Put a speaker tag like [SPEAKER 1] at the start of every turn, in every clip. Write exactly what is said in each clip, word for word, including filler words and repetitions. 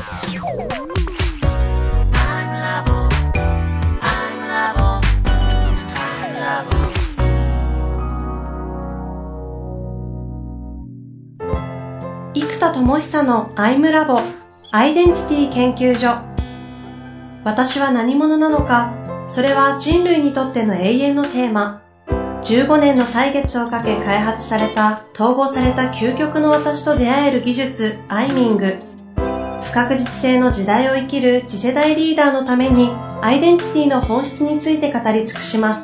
[SPEAKER 1] 生田智久のアイムラボアイデンティティ研究所。私は何者なのか、それは人類にとっての永遠のテーマ。じゅうごねんの歳月をかけ開発された統合された究極の私と出会える技術アイミング。不確実性の時代を生きる次世代リーダーのためにアイデンティティの本質について語り尽くします。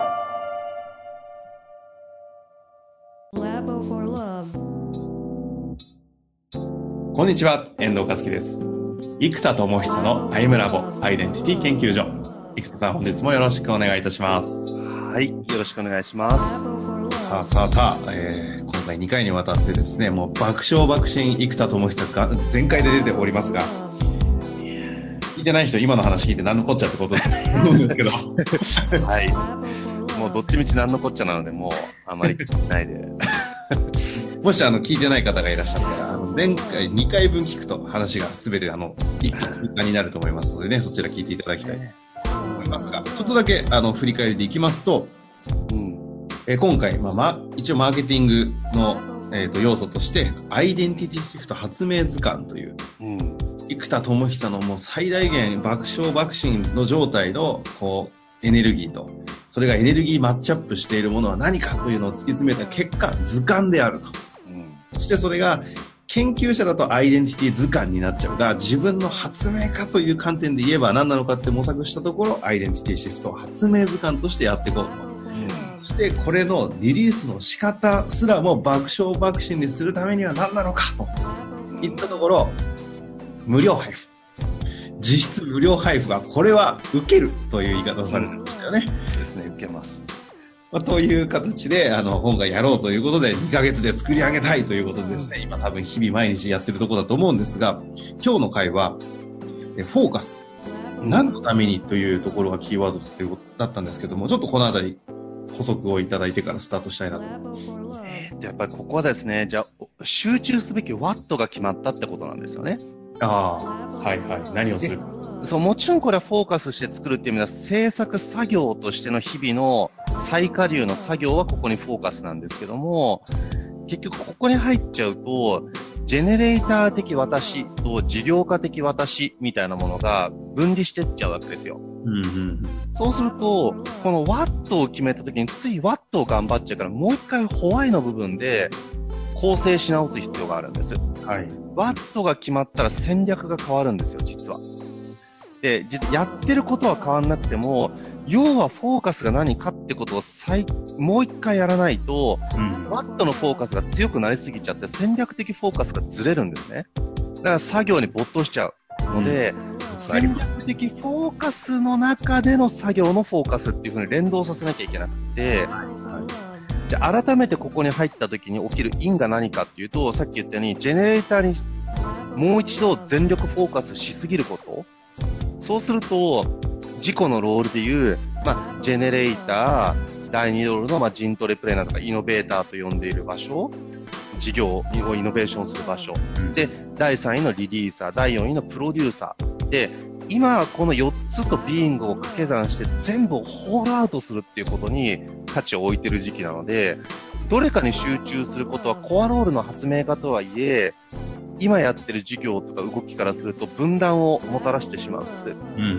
[SPEAKER 2] こんにちは、遠藤和樹です。生田智久のアイムラボアイデンティティ研究所。生田さん、本日もよろしくお願いいたします。
[SPEAKER 3] はい、よろしくお願いします。
[SPEAKER 2] さあさあさあ、えー、今回にかいにわたってですね、もう爆笑爆心生田智久が全開で出ておりますが、聞いてない人、今の話聞いて何のこっちゃってことだと思うんですけど。
[SPEAKER 3] はい。もうどっちみち何のこっちゃなので、もうあまり聞いてないで。
[SPEAKER 2] もしあの聞いてない方がいらっしゃったら、あの前回にかいぶん聞くと話がすべてあの一気になると思いますのでね、そちら聞いていただきたいと思いますが、ちょっとだけあの振り返りでいきますと、うん、え今回、まあまあ、一応マーケティングの、えー、と要素としてアイデンティティシフト発明図鑑という、うん、生田智久のもう最大限爆笑爆心の状態のこうエネルギーと、それがエネルギーマッチアップしているものは何かというのを突き詰めた結果、図鑑であると。そしてそれが研究者だとアイデンティティ図鑑になっちゃうが、自分の発明家という観点で言えば何なのかって模索したところ、アイデンティティシフト発明図鑑としてやっていこうと、うん、そしてこれのリリースの仕方すらも爆笑爆心にするためには何なのかといったところ、無料配布、実質無料配布はこれは受けるという言い方をされてましたよね、うん、
[SPEAKER 3] そうですね、受けます。
[SPEAKER 2] まあ、という形で、あの、今回やろうということで、にかげつで作り上げたいということでですね、今多分日々毎日やってるところだと思うんですが、今日の回は、フォーカス。何のためにというところがキーワードということだったんですけども、ちょっとこのあたり、補足をいただいてからスタートしたいなと。
[SPEAKER 3] えー、やっぱりここはですね、じゃあ、集中すべきワットが決まったってことなんですよね。
[SPEAKER 2] ああ、はいはい。何をするか。
[SPEAKER 3] そう、もちろんこれはフォーカスして作るっていう意味では、制作作業としての日々の最下流の作業はここにフォーカスなんですけども、結局ここに入っちゃうと、ジェネレーター的私と事業家的私みたいなものが分離してっちゃうわけですよ。うんうん、そうすると、このワットを決めた時についワットを頑張っちゃうから、もう一回ホワイの部分で構成し直す必要があるんです。はい。ワットが決まったら戦略が変わるんですよ、実は。で、実やってることは変わんなくても、要はフォーカスが何かってことを再もう一回やらないと、うん、ワットのフォーカスが強くなりすぎちゃって戦略的フォーカスがずれるんですね。だから作業に没頭しちゃうので、うん、戦略的フォーカスの中での作業のフォーカスっていう風に連動させなきゃいけなくて、はいはい、じゃあ改めてここに入った時に起きる因が何かっていうと、さっき言ったようにジェネレーターにもう一度全力フォーカスしすぎること。そうすると、自己のロールでいう、まあ、ジェネレーター、だいにロールの、まあ、ジントレプレーナーとかイノベーターと呼んでいる場所、事業をイノベーションする場所、で、だいさんいのリリーサー、だいよんいのプロデューサー、で、今このよっつとビーイングを掛け算して全部ホールアウトするっていうことに価値を置いている時期なので、どれかに集中することはコアロールの発明家とはいえ、今やってる授業とか動きからすると分断をもたらしてしまうんです。うんうん、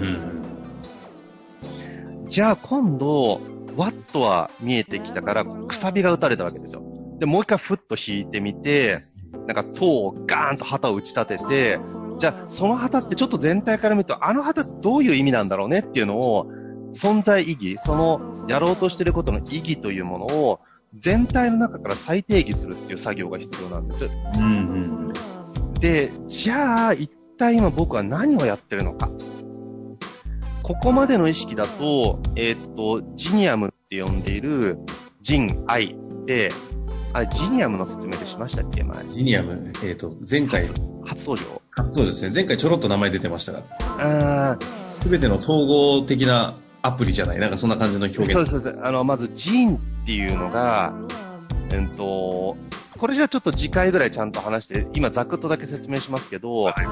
[SPEAKER 3] じゃあ今度、ワットは見えてきたから、くさびが打たれたわけですよ。で、もう一回フッと引いてみて、なんか塔をガーンと旗を打ち立てて、じゃあその旗ってちょっと全体から見ると、あの旗どういう意味なんだろうねっていうのを、存在意義、そのやろうとしていることの意義というものを、全体の中から再定義するっていう作業が必要なんです。うんうんで、じゃあ、一体今僕は何をやってるのか。ここまでの意識だと、えーっと、ジニアムって呼んでいる、ジン、アイで、あれ、ジニアムの説明でしましたっけ、前。
[SPEAKER 2] ジニアム、えーっと、前回。
[SPEAKER 3] 初登場
[SPEAKER 2] 初登場ですね。前回ちょろっと名前出てましたが。
[SPEAKER 3] あ
[SPEAKER 2] すべての統合的なアプリじゃない。なんかそんな感じの表現。
[SPEAKER 3] そうです、そうです。あの、まず、ジンっていうのが、えーっと、これじゃちょっと次回ぐらいちゃんと話して、今ざくっとだけ説明しますけど、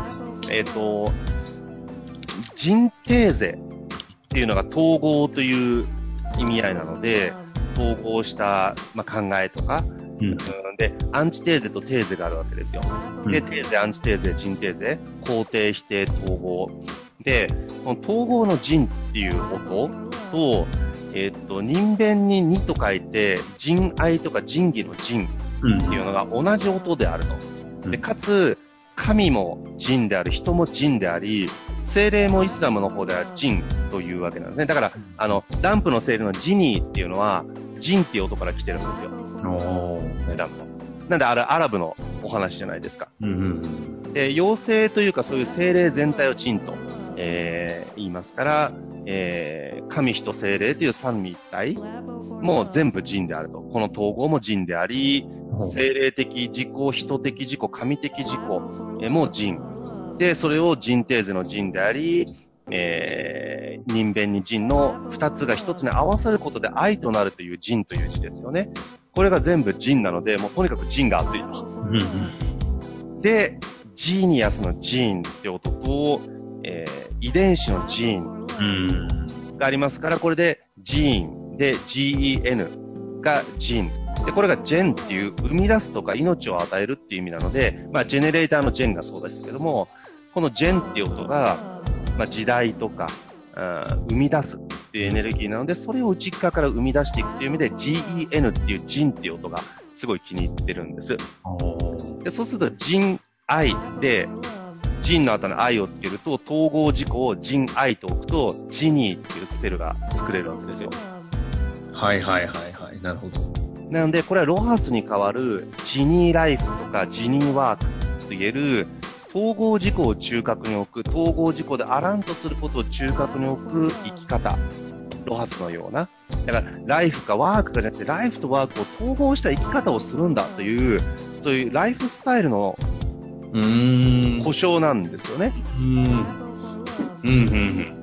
[SPEAKER 3] えっと、人定税っていうのが統合という意味合いなので、統合した、まあ、考えとか、うん、で、アンチテーゼとテーゼがあるわけですよ。で、テーゼ、アンチテーゼ、人定税、肯定、否定、統合。で、この統合の人っていう音と、えっと、人弁ににと書いて、仁愛とか仁義の仁っていうのが同じ音であると。で、かつ、神も仁である、人も仁であり、精霊もイスラムの方では仁というわけなんですね。だから、あの、ランプの精霊のジニーっていうのは、仁っていう音から来てるんですよ。
[SPEAKER 2] おー。
[SPEAKER 3] イスラムの。なんで、あれ、アラブのお話じゃないですか。
[SPEAKER 2] うんうん、
[SPEAKER 3] で、妖精というかそういう精霊全体を仁と、えー、言いますから、えー、神人精霊という三位一体もう全部仁であると。この統合も仁であり、精霊的自己、人的自己、神的自己、えー、も仁。で、それを人定税の仁であり、えー、人弁に仁の二つが一つに合わさることで愛となるという仁という字ですよね。これが全部仁なので、もうとにかく仁が熱いと。うんうん、で、ジーニアスのジーンって音と、えー、遺伝子のジーンがありますから、これでジーンで ジーイーエヌ がジン。で、これがジェンっていう生み出すとか命を与えるっていう意味なので、まあジェネレーターのジェンがそうですけども、このジェンっていう音が、まあ時代とか、生み出すっていうエネルギーなので、それを内側から生み出していくっていう意味で ジーイーエヌ っていうジンっていう音がすごい気に入ってるんです。で、そうするとジン愛で、ジンの後に愛をつけると、統合事項をジン愛と置くと、ジニーっていうスペルが作れるわけですよ。
[SPEAKER 2] はいはいはいはい。なるほど。
[SPEAKER 3] なので、これはロハスに代わるジニーライフとかジニーワークと言える、統合事項を中核に置く、統合事項であらんとすることを中核に置く生き方。ロハスのような。だから、ライフかワークかじゃなくて、ライフとワークを統合した生き方をするんだという、そういうライフスタイルの
[SPEAKER 2] うーん
[SPEAKER 3] 故障なんですよね。
[SPEAKER 2] うーん。うんうんうん。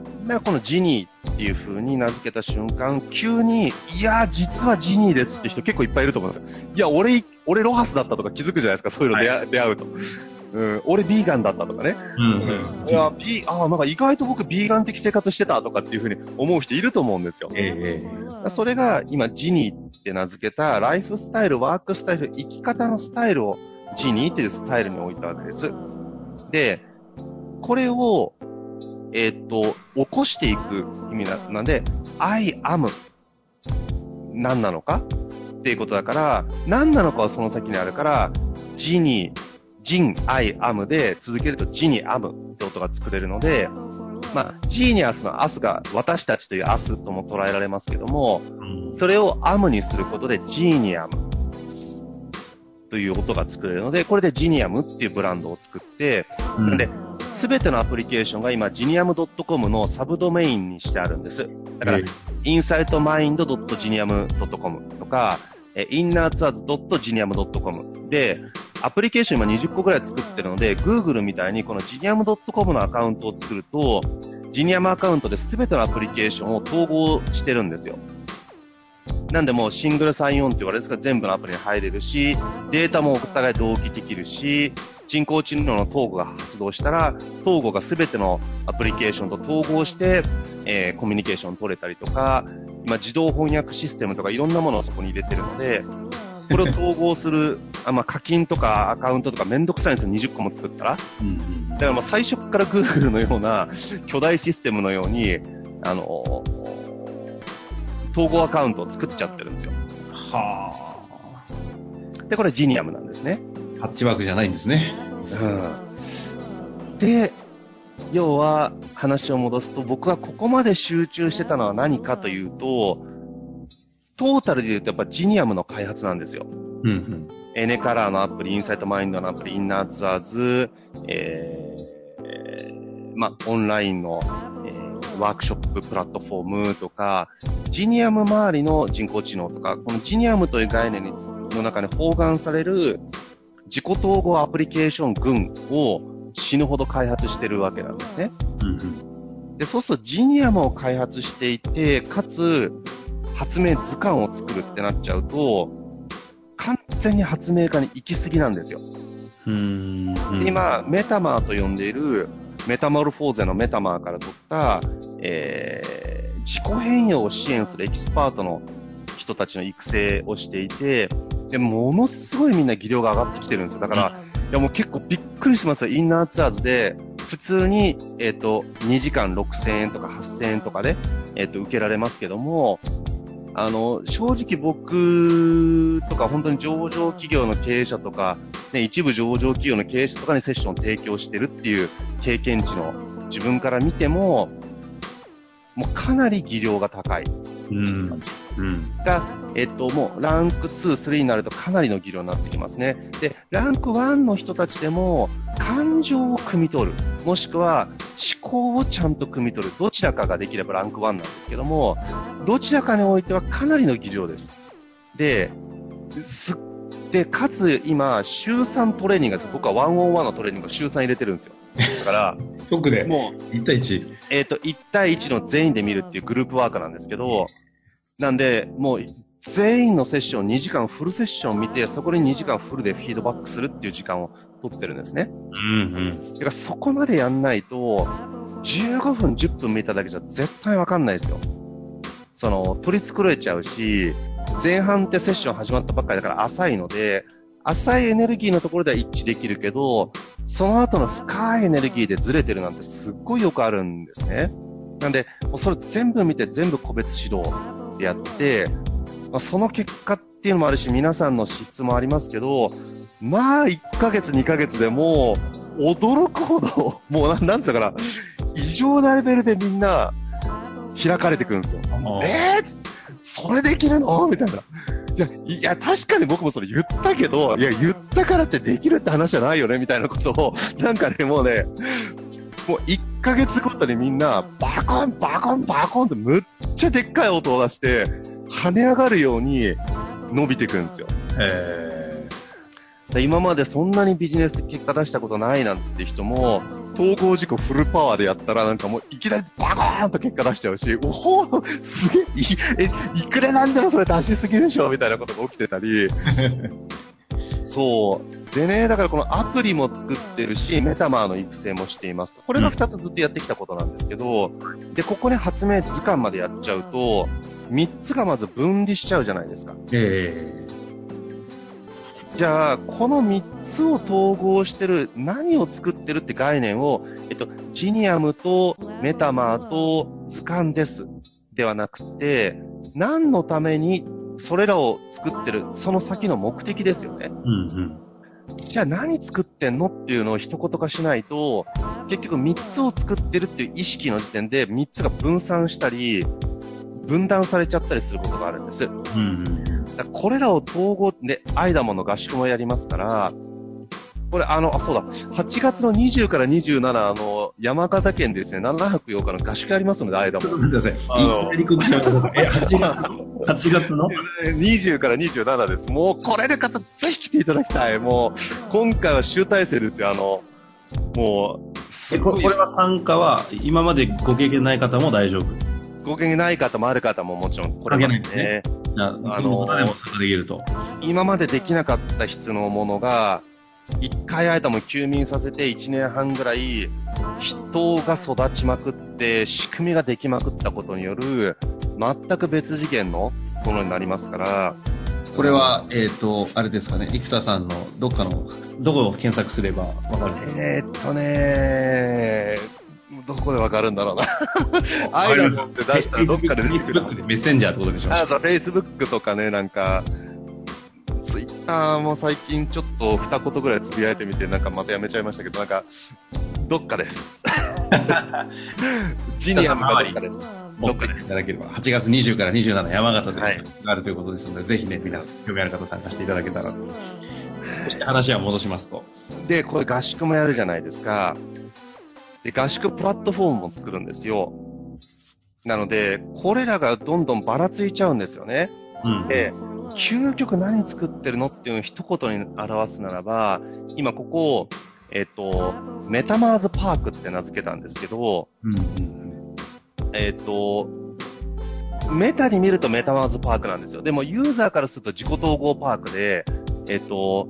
[SPEAKER 3] だからこのジニーっていう風に名付けた瞬間、急に、いやー実はジニーですって人結構いっぱいいると思うんですよ。いや、俺、俺ロハスだったとか気づくじゃないですか、そういうの出会、はい、出会うと。うん、俺ビーガンだったとかね。
[SPEAKER 2] うんうん。
[SPEAKER 3] いや、ビー、ああ、なんか意外と僕ビーガン的生活してたとかっていう風に思う人いると思うんですよ。
[SPEAKER 2] ええ。
[SPEAKER 3] それが今ジニーって名付けたライフスタイル、ワークスタイル、生き方のスタイルをジニーっていうスタイルに置いたわけです。で、これを、えーっと、起こしていく意味なんで、I am 何なのかっていうことだから、何なのかはその先にあるから、ジニー、ジン、I am で続けるとジニアムって音が作れるので、まあ、ジーニアスのアスが私たちというアスとも捉えられますけども、それをアムにすることでジーニアムという音が作れるので、これでジニアムっていうブランドを作って、うん、なんで、すべてのアプリケーションが今、ジニアムドットコム のサブドメインにしてあるんです。だから、インサイトマインドドットジニアムドットコム とか、インナーツアーズドットジニアムドットコム で、アプリケーション今にじゅっこぐらい作ってるので、Google みたいにこのジニアムドットコム のアカウントを作ると、ジニアムアカウントで全てのアプリケーションを統合してるんですよ。なんでもうシングルサインオンって言われるんですが全部のアプリに入れるし、データもお互い同期できるし、人工知能の統合が発動したら、統合が全てのアプリケーションと統合して、えー、コミュニケーション取れたりとか、今自動翻訳システムとかいろんなものをそこに入れてるので、これを統合する、あまあ、課金とかアカウントとかめんどくさいんですよ、にじゅっこも作ったら。うん、だからまあ最初から Google のような巨大システムのように、あの、統合アカウントを作っちゃってるんですよ。
[SPEAKER 2] は
[SPEAKER 3] あ。で、これジニアムなんですね。
[SPEAKER 2] パッチワークじゃないんですね。
[SPEAKER 3] うん。で、要は話を戻すと、僕はここまで集中してたのは何かというと、トータルで言うとやっぱジニアムの開発なんですよ。
[SPEAKER 2] うんうん。
[SPEAKER 3] エネカラーのアプリ、インサイトマインドのアプリ、インナーツアーズ、えー、まあ、オンラインの、えー、ワークショッププラットフォームとか、ジニアム周りの人工知能とか、このジニアムという概念の中に包含される自己統合アプリケーション群を死ぬほど開発してるわけなんですね。
[SPEAKER 2] うんうん、
[SPEAKER 3] で、そうするとジニアムを開発していて、かつ発明図鑑を作るってなっちゃうと、完全に発明家に行き過ぎなんですよ。
[SPEAKER 2] うーん
[SPEAKER 3] で今、メタマーと呼んでいる、メタモルフォーゼのメタマーから取った、えー、自己変容を支援するエキスパートの人たちの育成をしていて、で、ものすごいみんな技量が上がってきてるんですよ。だから、いやもう結構びっくりしますよ。インナーツアーズで、普通に、えっと、にじかんろくせんえんとかはっせんえんとかで、えっと、受けられますけども、あの、正直僕とか本当に上場企業の経営者とか、ね、一部上場企業の経営者とかにセッションを提供してるっていう経験値の自分から見ても、もうかなり技量が高い。
[SPEAKER 2] うん。うん。
[SPEAKER 3] が、えっと、もうランクツー、スリーになるとかなりの技量になってきますね。で、ランクワンの人たちでも感情を汲み取る、もしくは思考をちゃんと汲み取る、どちらかができればランクワンなんですけども、どちらかにおいてはかなりの技量です。で、すで、かつ今、週さんトレーニングです。僕はワンオンワンのトレーニングを週さん入れてるんですよ。だから、
[SPEAKER 2] 特で、
[SPEAKER 3] もう、
[SPEAKER 2] いち対いち。
[SPEAKER 3] えっと、いち対いちの全員で見るっていうグループワークなんですけど、なんで、もう、全員のセッションにじかんフルセッション見て、そこににじかんフルでフィードバックするっていう時間を取ってるんですね。
[SPEAKER 2] うんうん。
[SPEAKER 3] だからそこまでやんないと、じゅうごふん、じゅっぷん見ただけじゃ絶対わかんないですよ。その、取り繕えちゃうし、前半ってセッション始まったばっかりだから浅いので、浅いエネルギーのところでは一致できるけど、その後の深いエネルギーでずれてるなんてすっごいよくあるんですね。なんで、もうそれ全部見て全部個別指導でやって、まあ、その結果っていうのもあるし、皆さんの資質もありますけど、まあ、いっかげつ、にかげつでもう、驚くほど、もうな、なんつうかな、異常なレベルでみんな、開かれてくるんですよ。えー、それできるのみたいな。いや、いや、確かに僕もそれ言ったけど、いや、言ったからってできるって話じゃないよねみたいなことを、なんかね、もうね、もういっかげつごとにみんな、バコン、バコン、バコンってむっちゃでっかい音を出して、跳ね上がるように伸びていくんですよ。
[SPEAKER 2] へ
[SPEAKER 3] ー。今までそんなにビジネスで結果出したことないなんて人も、統合事故フルパワーでやったらなんかもういきなりバコーンと結果出しちゃうし、おおすげえ、え、いくらなんでもそれ出しすぎでしょみたいなことが起きてたり。そう。でね、だからこのアプリも作ってるし、メタマーの育成もしています。これがふたつずっとやってきたことなんですけど、で、ここで発明図鑑までやっちゃうと、みっつがまず分離しちゃうじゃないですか。
[SPEAKER 2] ええ。
[SPEAKER 3] じゃあ、このみっつを統合してる、何を作ってるって概念を、えっと、ジニアムとメタマーと図鑑です。ではなくて、何のためにそれらを作ってる、その先の目的ですよね。
[SPEAKER 2] うんうん。
[SPEAKER 3] じゃあ何作ってんのっていうのを一言化しないと、結局みっつを作ってるっていう意識の時点でみっつが分散したり、分断されちゃったりすることがあるんです。
[SPEAKER 2] うんうん。
[SPEAKER 3] だこれらを統合で、アイダモの合宿もやりますから、これあの、あ、そうだ、はちがつのにじゅうからにじゅうしち、あの、山形県でですね、ななはくようかの合宿ありますので、アイダモ。
[SPEAKER 2] ちょっと待ってください。あの、え、はちがつ、はちがつの
[SPEAKER 3] にじゅうからにじゅうしちです。もう来れる方、ぜひ来ていただきたい。もう、今回は集大成ですよ、あの、もう、
[SPEAKER 2] えこ、これは参加は、今までご経験ない方も大丈夫？
[SPEAKER 3] ご経験ない方もある方ももちろん来れますね。
[SPEAKER 2] あの、どの方でも参加できると。
[SPEAKER 3] 今までできなかった質のものが、一回間も休眠させて一年半ぐらい、人が育ちまくって、仕組みができまくったことによる、全く別次元のものになりますから。
[SPEAKER 2] これは、えっと、あれですかね、生田さんのどっかの、どこを検索すればわかる？
[SPEAKER 3] えー、っとねどこでわかるんだろうな。アイランドって出したらどっかで出てくる。
[SPEAKER 2] メッセンジャーってことでしょ？
[SPEAKER 3] あ、そう、Facebook とかね、なんか、ツイッターも最近ちょっと二言ぐらいつぶやいてみて、なんかまたやめちゃいましたけど、なんか、どっかです。ジニアムがどっかです。どっかです。
[SPEAKER 2] いただければ、はちがつにじゅうからにじゅうしち山形であるということですので、ぜひね、皆さん、興味ある方参加していただけたらと。そして話は戻しますと。
[SPEAKER 3] で、これ合宿もやるじゃないですか。で、合宿プラットフォームも作るんですよ。なので、これらがどんどんばらついちゃうんですよね。うん、で、究極何作ってるのっていうのを一言に表すならば、今ここ、えっと、メタマーズパークって名付けたんですけど、うんうん、えっと、メタに見るとメタマーズパークなんですよ。でもユーザーからすると自己統合パークで、えっと、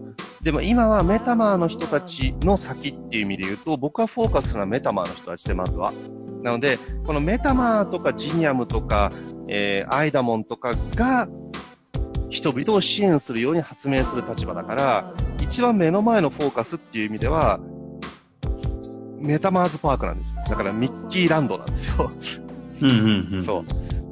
[SPEAKER 3] でも今はメタマーの人たちの先っていう意味で言うと、僕はフォーカスするのはメタマーの人たちで、まずは。なので、このメタマーとかジニアムとか、えー、アイダモンとかが、人々を支援するように発明する立場だから、一番目の前のフォーカスっていう意味では、メタマーズパークなんですよ。だからミッキーランドなんですよ。
[SPEAKER 2] うんうんうん。
[SPEAKER 3] そう。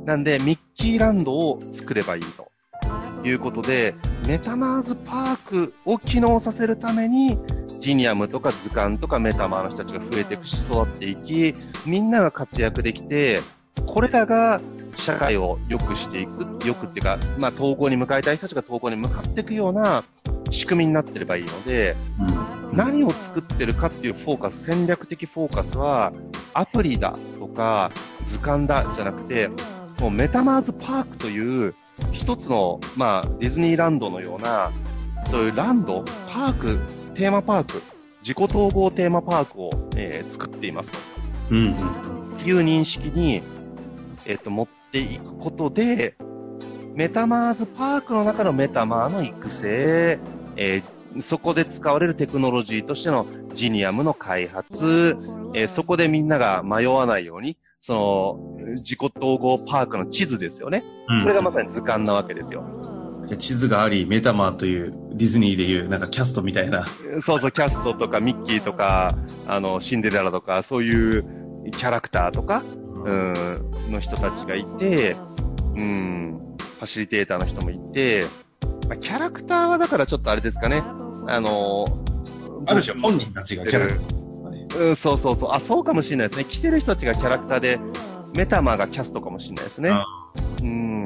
[SPEAKER 3] なんで、ミッキーランドを作ればいいということで、メタマーズパークを機能させるために、ジニアムとか図鑑とかメタマーの人たちが増えていくし、育っていき、みんなが活躍できて、これらが社会を良くしていく、良くっていうか、まあ、統合に向かいたい人たちが統合に向かっていくような仕組みになってればいいので、うん、何を作ってるかっていうフォーカス、戦略的フォーカスは、アプリだとか、図鑑だじゃなくて、もうメタマーズパークという一つの、まあ、ディズニーランドのような、そういうランド、パーク、テーマパーク、自己統合テーマパークを、えー、作っていますと、うん、いう認識に、えっと、持っていくことで、メタマーズパークの中のメタマーの育成、えー、そこで使われるテクノロジーとしてのジニアムの開発、えー、そこでみんなが迷わないように、その、自己統合パークの地図ですよね。うん、これがまさに図鑑なわけですよ。
[SPEAKER 2] じゃあ地図があり、メタマーというディズニーでいうなんかキャストみたいな。
[SPEAKER 3] そうそう、キャストとかミッキーとか、あの、シンデレラとか、そういうキャラクターとか、うん、の人たちがいて、うん、ファシリテーターの人もいて、まあ、キャラクターはだからちょっとあれですかね、あの、
[SPEAKER 2] ある種本人たちがキャラクターですかね。
[SPEAKER 3] うん、そうそうそう、あ、そうかもしれないですね。来てる人たちがキャラクターで、メタマーがキャストかもしれないですね。うん。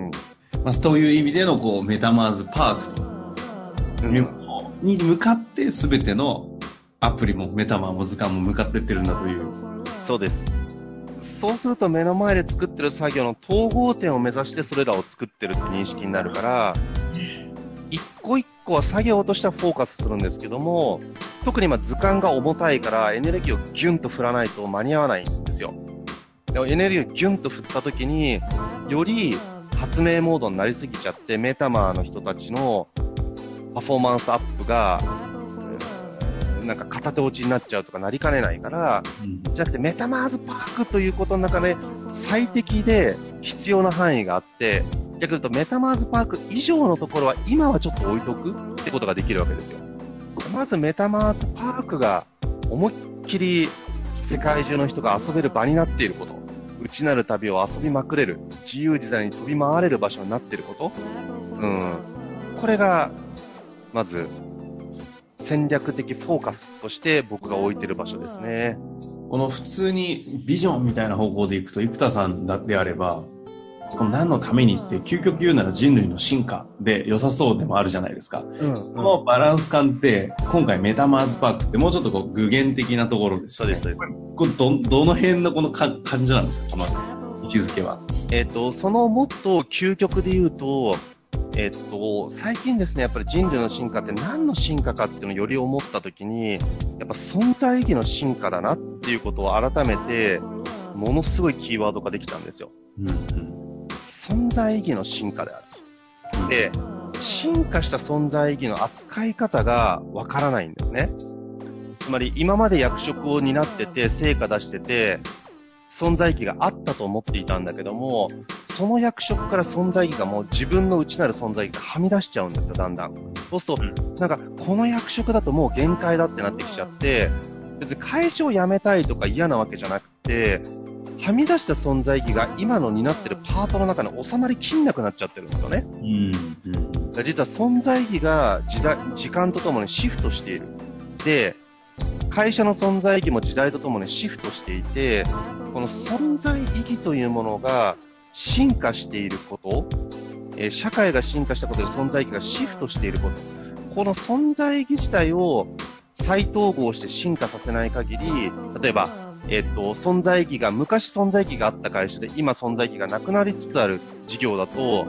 [SPEAKER 2] まあ、そういう意味でのこうメタマーズパークというのに向かって全てのアプリもメタマーも図鑑も向かっていってるんだという。
[SPEAKER 3] そうです。そうすると目の前で作ってる作業の統合点を目指してそれらを作ってるって認識になるから、一個一個は作業としてはフォーカスするんですけども、特に今図鑑が重たいからエネルギーをギュンと振らないと間に合わないんですよ。でもエネルギーをギュンと振った時に、より発明モードになりすぎちゃって、メタマーの人たちのパフォーマンスアップが、なんか片手落ちになっちゃうとかなりかねないから、うん、じゃなくてメタマーズパークということの中で最適で必要な範囲があって、逆に言うとメタマーズパーク以上のところは今はちょっと置いとくってことができるわけですよ。まずメタマーズパークが思いっきり世界中の人が遊べる場になっていること。内なる旅を遊びまくれる、自由自在に飛び回れる場所になっていること、うん、これがまず戦略的フォーカスとして僕が置いている場所ですね。
[SPEAKER 2] この普通にビジョンみたいな方向でいくと、生田さんであれば、この何のためにって究極言うなら人類の進化で良さそうでもあるじゃないですか。うんうん、このバランス感って今回メタマーズパークってもうちょっとこう具現的なところです、ね。そうです。これどどの辺のこのか感じなんですか、この位置づけは。
[SPEAKER 3] えっ、ー、とそのもっと究極で言うと、えっ、ー、と最近ですね、やっぱり人類の進化って何の進化かっていうのをより思ったときに、やっぱ存在意義の進化だなっていうことを改めてものすごいキーワードができたんですよ。うんうん存在意義の進化であると。で、進化した存在意義の扱い方がわからないんですね。つまり今まで役職を担ってて成果出してて存在意義があったと思っていたんだけども、その役職から存在意義がもう自分の内なる存在意義がはみ出しちゃうんですよ、だんだん。そうすると、なんかこの役職だともう限界だってなってきちゃって、別に会社を辞めたいとか嫌なわけじゃなくて、はみ出した存在意義が今の担ってるパートの中に収まりきんなくなっちゃってるんですよね。うんうん、実は存在意義が時代、時間とともにシフトしている。で、会社の存在意義も時代とともにシフトしていて、この存在意義というものが進化していること、えー、社会が進化したことで存在意義がシフトしていること、この存在意義自体を再統合して進化させない限り、例えばえっと、存在意義が、昔存在意義があった会社で、今存在意義がなくなりつつある事業だと、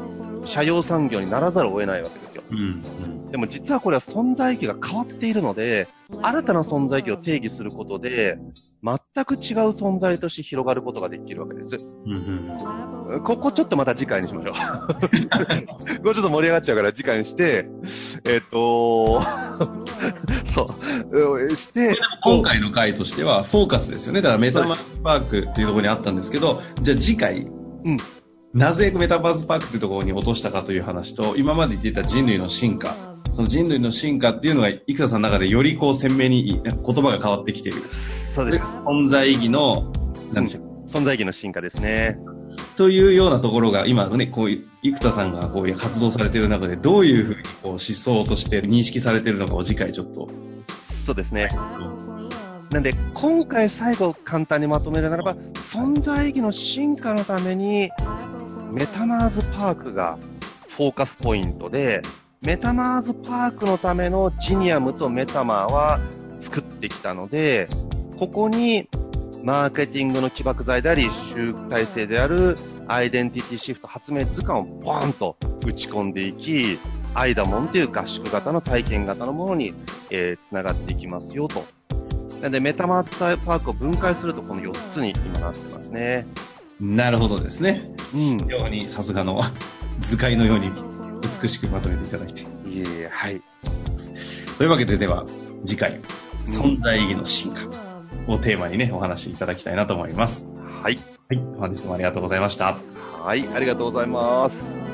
[SPEAKER 3] 社用産業にならざるを得ないわけですよ。
[SPEAKER 2] うんうん、
[SPEAKER 3] でも実はこれは存在意義が変わっているので、新たな存在意義を定義することで、全く違う存在として広がることができるわけです。うんうん、ここちょっとまた次回にしましょう。これちょっと盛り上がっちゃうから次回にして、えっと、そう、して、
[SPEAKER 2] 今回の回としてはフォーカスですよね。だからメタバースパークっていうところにあったんですけど、じゃあ次回、うん、なぜメタバースパークっていうところに落としたかという話と、今まで言っていた人類の進化、その人類の進化っていうのが生田さんの中でよりこう鮮明に言葉が変わってきている。
[SPEAKER 3] そうです。
[SPEAKER 2] 存在意義の、
[SPEAKER 3] 何でしょう、うん、存在意義の進化ですね。
[SPEAKER 2] というようなところが今のね、こういう生田さんがこういう活動されている中でどういうふうにこう思想として認識されているのかを次回ちょっと。
[SPEAKER 3] そうですね。なんで今回最後簡単にまとめるならば、存在意義の進化のためにメタマーズパークがフォーカスポイントで、メタマーズパークのためのジニアムとメタマーは作ってきたので、ここにマーケティングの起爆剤であり、集大成であるアイデンティティシフト発明図鑑をボーンと打ち込んでいき、アイダモンという合宿型の体験型のものに、えー、つながっていきますよと。なのでメタマーズパークを分解するとこのよっつに今なってますね。
[SPEAKER 2] なるほどですね。
[SPEAKER 3] うん。
[SPEAKER 2] 非常にさすがの図解のように美しくまとめていただいて。い
[SPEAKER 3] えいえ、はい。
[SPEAKER 2] というわけででは次回、存在意義の進化をテーマにね、お話しいただきたいなと思います。
[SPEAKER 3] はい。
[SPEAKER 2] はい。本日もありがとうございました。
[SPEAKER 3] はい、ありがとうございます。